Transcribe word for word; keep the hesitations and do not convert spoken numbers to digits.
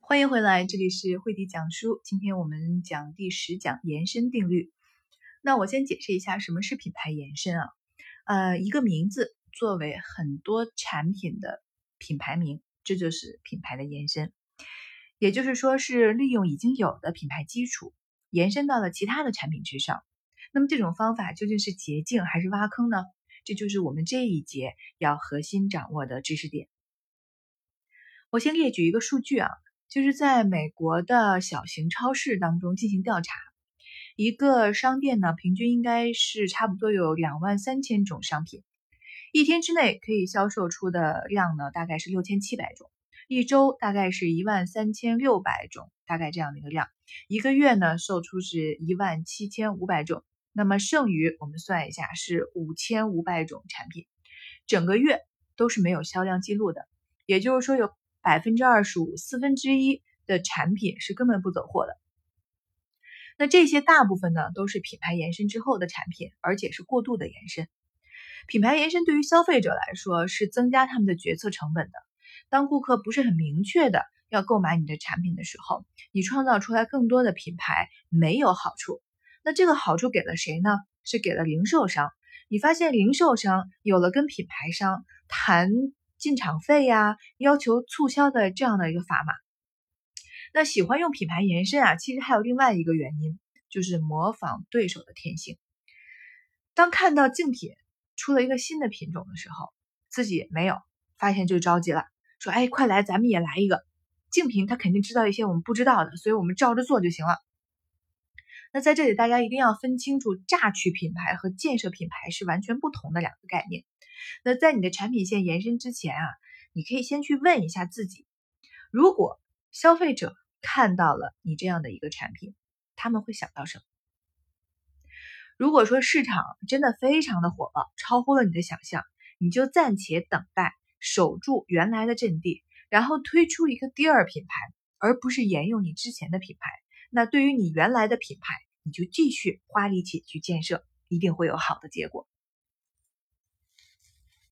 欢迎回来，这里是慧迪讲书。今天我们讲第十讲延伸定律。那我先解释一下什么是品牌延伸啊？呃，一个名字作为很多产品的品牌名，这就是品牌的延伸。也就是说是利用已经有的品牌基础，延伸到了其他的产品之上。那么这种方法究竟是捷径还是挖坑呢？这就是我们这一节要核心掌握的知识点。我先列举一个数据啊。就是在美国的小型超市当中进行调查，一个商店呢，平均应该是差不多有两万三千种商品，一天之内可以销售出的量呢，大概是六千七百种，一周大概是一万三千六百种，大概这样的一个量，一个月呢，售出是一万七千五百种，那么剩余我们算一下是五千五百种产品，整个月都是没有销量记录的，也就是说有百分之二十五，四分之一的产品是根本不走货的。那这些大部分呢，都是品牌延伸之后的产品，而且是过度的延伸。品牌延伸对于消费者来说是增加他们的决策成本的。当顾客不是很明确的要购买你的产品的时候，你创造出来更多的品牌没有好处。那这个好处给了谁呢？是给了零售商。你发现零售商有了跟品牌商谈进场费呀、啊，要求促销的这样的一个砝码。那喜欢用品牌延伸啊，其实还有另外一个原因，就是模仿对手的天性。当看到竞品出了一个新的品种的时候，自己没有，发现就着急了，说哎，快来，咱们也来一个。竞品他肯定知道一些我们不知道的，所以我们照着做就行了。那在这里大家一定要分清楚，榨取品牌和建设品牌是完全不同的两个概念。那在你的产品线延伸之前啊，你可以先去问一下自己，如果消费者看到了你这样的一个产品，他们会想到什么？如果说市场真的非常的火爆，超乎了你的想象，你就暂且等待，守住原来的阵地，然后推出一个第二品牌，而不是沿用你之前的品牌。那对于你原来的品牌，你就继续花力气去建设，一定会有好的结果。